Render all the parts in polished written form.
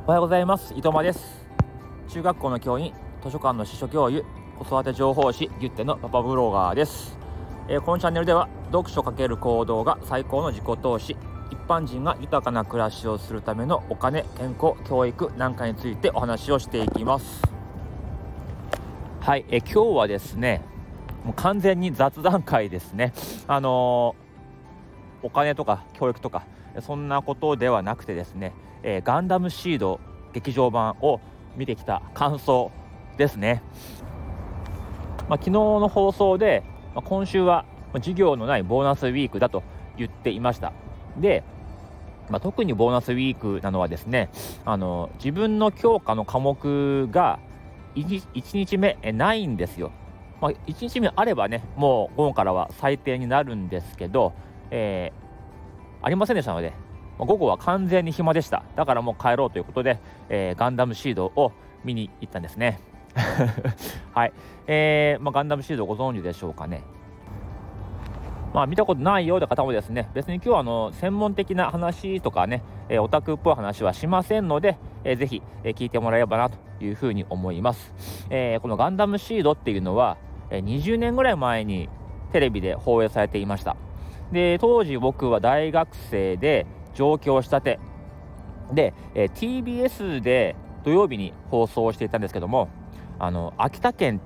おはようございます。伊藤間です。中学校の教員、図書館の司書教諭、子育て情報誌ギュッテのパパブロガーです。このチャンネルでは読書×行動が最高の自己投資、一般人が豊かな暮らしをするためのお金、健康、教育なんかについてお話をしていきます。はい、今日はですね、もう完全に雑談会ですね。お金とか教育とかそんなことではなくてですね、ガンダムシード劇場版を見てきた感想ですね。昨日の放送で、今週は授業のないボーナスウィークだと言っていました。で、特にボーナスウィークなのはですね、自分の教科の科目が 1日目ないんですよ。1日目あればね、もう午後からは最低になるんですけど、ありませんでしたので、午後は完全に暇でした。だからもう帰ろうということで、ガンダムシードを見に行ったんですね。はい、ガンダムシードご存知でしょうかね。見たことないような方もですね、別に今日は専門的な話とかね、オタクっぽい話はしませんので、ぜひ、聞いてもらえればなというふうに思います。このガンダムシードっていうのは、20年ぐらい前にテレビで放映されていました。で、当時僕は大学生で上京したてで、TBS で土曜日に放送していたんですけども、秋田県って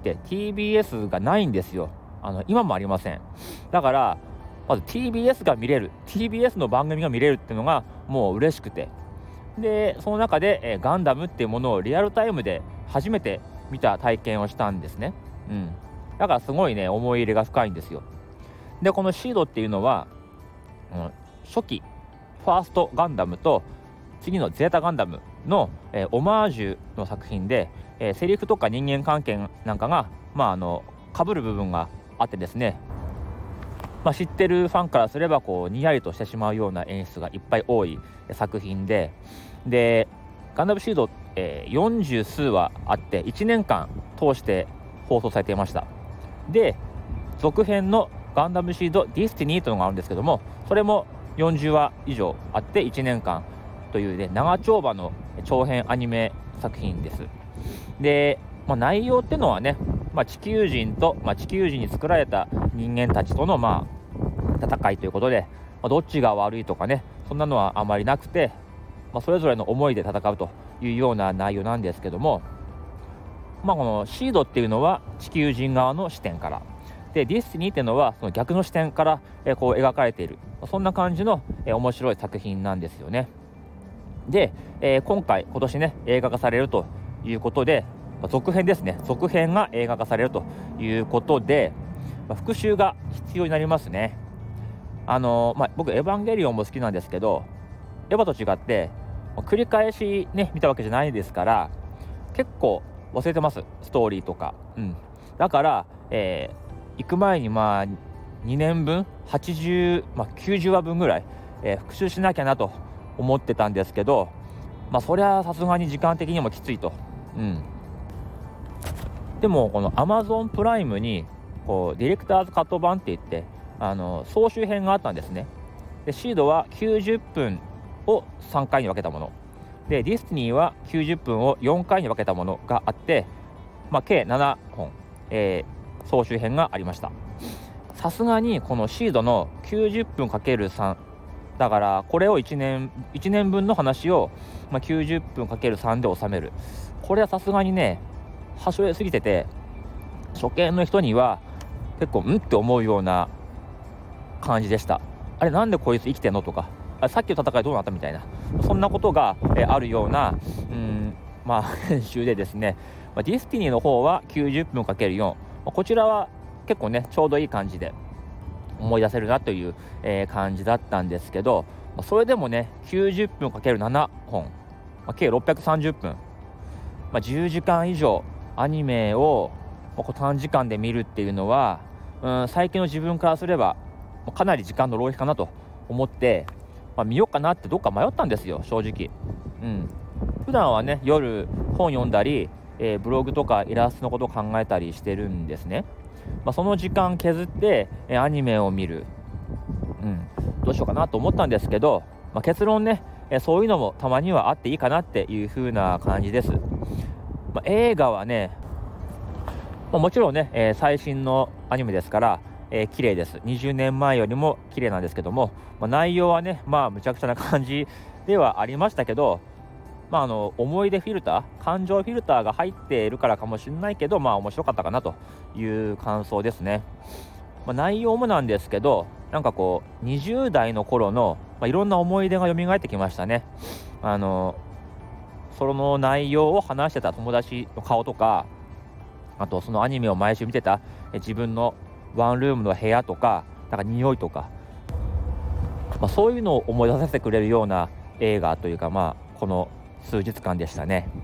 TBS がないんですよ。今もありません。だからまず TBS が見れる、 TBS の番組が見れるっていうのがもう嬉しくて、でその中で、ガンダムっていうものをリアルタイムで初めて見た体験をしたんですね。だからすごいね、思い入れが深いんですよ。で、このシードっていうのは、初期ファーストガンダムと次のゼータガンダムの、オマージュの作品で、セリフとか人間関係なんかが被る部分があってですね、知ってるファンからすればにやりとしてしまうような演出がいっぱい多い作品で、ガンダムシード、40数話あって1年間通して放送されていました。で、続編のガンダムシードディスティニーというのがあるんですけども、それも40話以上あって1年間というね、長丁場の長編アニメ作品です。で、内容ってのはね、地球人と、地球人に作られた人間たちとの戦いということで、どっちが悪いとかね、そんなのはあまりなくて、それぞれの思いで戦うというような内容なんですけども、このシードっていうのは地球人側の視点から、でディスティニーっていうのはその逆の視点から、描かれている、そんな感じの、面白い作品なんですよね。で、今年ね映画化されるということで、続編ですね、続編が映画化されるということで、復習が必要になりますね。僕エヴァンゲリオンも好きなんですけど、エヴァと違って繰り返しね見たわけじゃないですから、結構忘れてます、ストーリーとか。だから、行く前に2年分80、90話分ぐらい、復習しなきゃなと思ってたんですけど、そりゃさすがに時間的にもきついと。でもこの Amazon プライムにディレクターズカット版って言って総集編があったんですね。でシードは90分を3回に分けたもので、ディスティニーは90分を4回に分けたものがあって、計7本、総集編がありました。さすがにこのシードの90分 ×3 だから、これを1年分の話を、90分 ×3 で収める、これはさすがにねはしょえすぎてて、初見の人には結構って思うような感じでした。あれ、なんでこいつ生きてんのとか、さっきの戦いどうなったみたいな、そんなことがあるような編集でですね、ディスティニーの方は90分 ×4、こちらは結構ねちょうどいい感じで思い出せるなという、感じだったんですけど、それでもね90分 ×7 本、計630分、10時間以上アニメを短時間で見るっていうのは、最近の自分からすればかなり時間の浪費かなと思って、見ようかなってどっか迷ったんですよ、正直。普段はね夜本読んだり、ブログとかイラストのことを考えたりしてるんですね。その時間削って、アニメを見る、どうしようかなと思ったんですけど、結論ね、 そういうのもたまにはあっていいかなっていう風な感じです。映画はね、もちろんね、最新のアニメですから、綺麗です。20年前よりも綺麗なんですけども、内容はね、むちゃくちゃな感じではありましたけど、思い出フィルター、感情フィルターが入っているからかもしれないけど、面白かったかなという感想ですね。内容もなんですけど、なんかこう20代の頃の、いろんな思い出が蘇ってきましたね。その内容を話してた友達の顔とか、あとそのアニメを毎週見てた自分のワンルームの部屋とか、なんか匂いとか、そういうのを思い出させてくれるような映画というか、この数日間でしたね。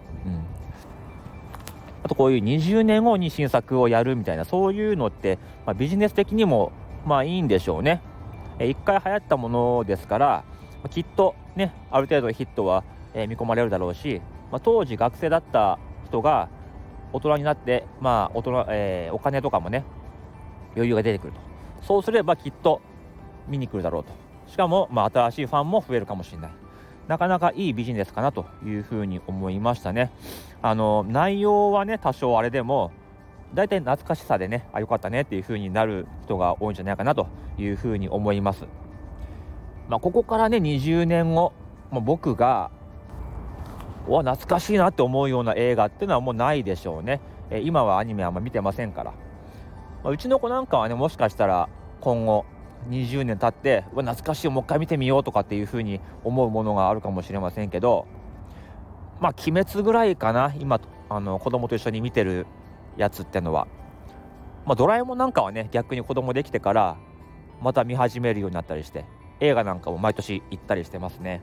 あとこういう20年後に新作をやるみたいな、そういうのって、ビジネス的にもいいんでしょうね。一回流行ったものですから、きっとね、ある程度ヒットは、見込まれるだろうし、当時学生だった人が大人になって、お金とかもね、余裕が出てくると。そうすればきっと見に来るだろうと。しかも、新しいファンも増えるかもしれない。なかなかいいビジネスかなというふうに思いましたね。内容はね、多少あれでもだいたい懐かしさでね、良かったねっていうふうになる人が多いんじゃないかなというふうに思います。ここからね20年後、僕が懐かしいなって思うような映画っていうのはもうないでしょうね。今はアニメあんま見てませんから、うちの子なんかはね、もしかしたら今後20年経って懐かしい、もう一回見てみようとかっていう風に思うものがあるかもしれませんけど、鬼滅ぐらいかな、今子供と一緒に見てるやつってのは。ドラえもんなんかはね、逆に子供できてからまた見始めるようになったりして、映画なんかも毎年行ったりしてますね。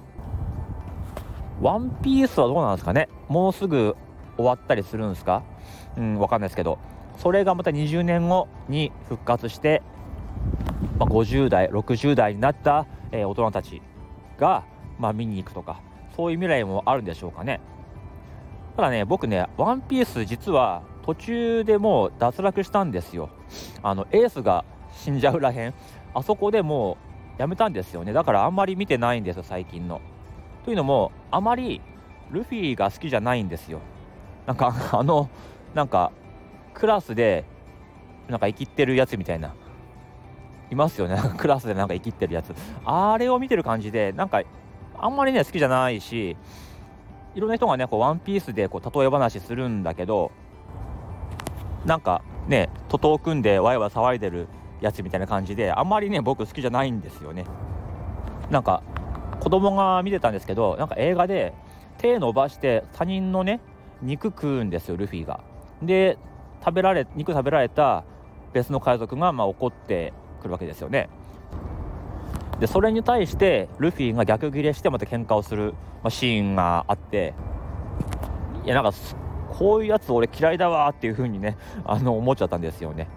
ワンピースはどうなんですかね。もうすぐ終わったりするんですか。わかんないですけど、それがまた20年後に復活して、50代60代になった、大人たちが、見に行くとか、そういう未来もあるんでしょうかね。ただね、僕ね、ワンピース実は途中でもう脱落したんですよ。エースが死んじゃうらへん、あそこでもうやめたんですよね。だからあんまり見てないんですよ、最近の。というのも、あまりルフィが好きじゃないんですよ。なんかなんかクラスでなんか生きってるやつみたいな、いますよね。クラスでなんか生きってるやつ、あれを見てる感じで、なんかあんまりね好きじゃないし、いろんな人がねこうワンピースでこう例え話するんだけど、なんかね徒党を組んでワイワイ騒いでるやつみたいな感じで、あんまりね僕好きじゃないんですよね。なんか子供が見てたんですけど、なんか映画で手伸ばして他人のね肉食うんですよ、ルフィが。で肉食べられた別の海賊が怒ってくるわけですよね。でそれに対してルフィが逆ギレしてまた喧嘩をする、シーンがあって、いやなんかこういうやつ俺嫌いだわっていう風にね思っちゃったんですよね。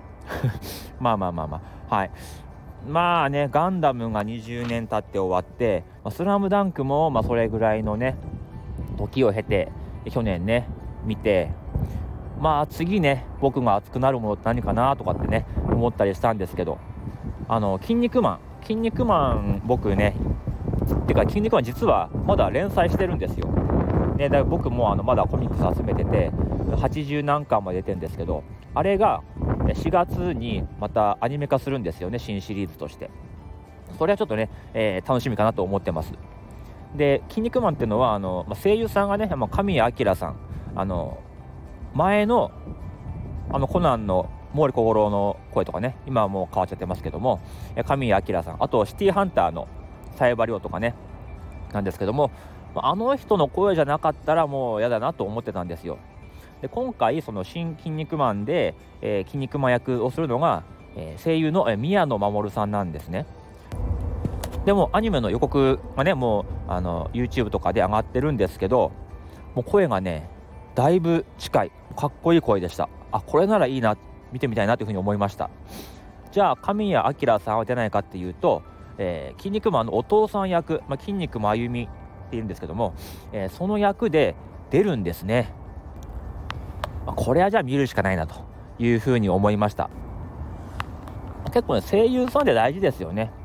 はい。ガンダムが20年経って終わって、スラムダンクもそれぐらいのね時を経て去年ね見て、次ね僕が熱くなるものって何かなとかってね思ったりしたんですけど、筋肉マン僕ね、てか筋肉マン実はまだ連載してるんですよね。だから僕もまだコミックス集めてて80何巻まで出てるんですけど、あれが4月にまたアニメ化するんですよね、新シリーズとして。それはちょっとね、楽しみかなと思ってます。で筋肉マンっていうのは声優さんがね、神谷明さん、前のコナンの毛利小五郎の声とかね、今はもう変わっちゃってますけども、神谷明さん、あとシティハンターの冴羽亮とかねなんですけども、あの人の声じゃなかったらもう嫌だなと思ってたんですよ。で今回その新筋肉マンで、筋肉マン役をするのが、声優の宮野真守さんなんですね。でもアニメの予告がねもうYouTube とかで上がってるんですけど、もう声がねだいぶ近い、かっこいい声でした。これならいいな、見てみたいなというふうに思いました。じゃあ神谷明さんは出ないかっていうと、筋肉マンのお父さん役、筋肉真由美っていうんですけども、その役で出るんですね。これはじゃあ見るしかないなというふうに思いました。結構ね声優さんで大事ですよね。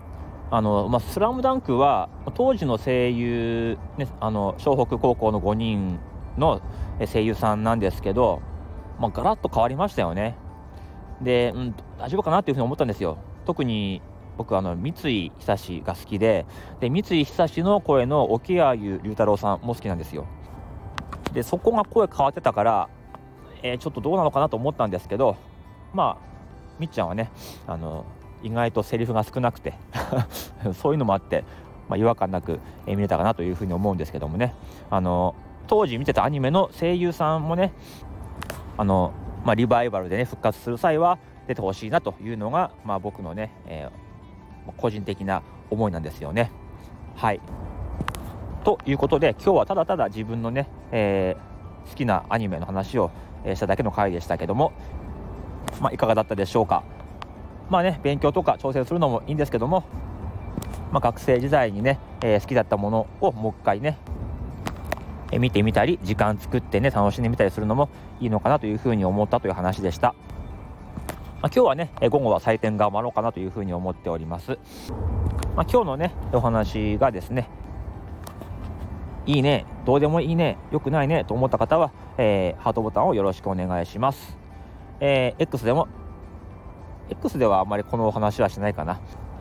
スラムダンクは当時の声優、ね、湘北高校の5人の声優さんなんですけど、ガラッと変わりましたよね。で、大丈夫かなっていうふうに思ったんですよ。特に僕三井久志が好きで、三井久志の声の沖谷龍太郎さんも好きなんですよ。でそこが声変わってたから、ちょっとどうなのかなと思ったんですけど、みっちゃんはね意外とセリフが少なくてそういうのもあって、違和感なく見れたかなというふうに思うんですけどもね、当時見てたアニメの声優さんもねリバイバルでね復活する際は出てほしいなというのが、僕のね、個人的な思いなんですよね。はいということで、今日はただただ自分のね、好きなアニメの話を、しただけの回でしたけども、いかがだったでしょうか。勉強とか挑戦するのもいいんですけども、学生時代にね、好きだったものをもう一回ね、見てみたり時間作ってね楽しんでみたりするのもいいのかなというふうに思ったという話でした。今日はね午後は採点頑張ろうかなというふうに思っております。今日のねお話がですね、いいね、どうでもいいね、よくないねと思った方は、ハートボタンをよろしくお願いします。X ではあんまりこのお話はしないかな。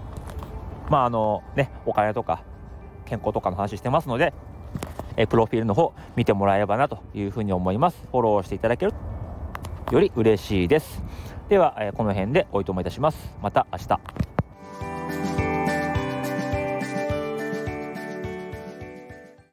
お金とか健康とかの話してますので、プロフィールの方見てもらえればなというふうに思います。フォローしていただけるより嬉しいです。では、この辺でおいともいたします。また明日。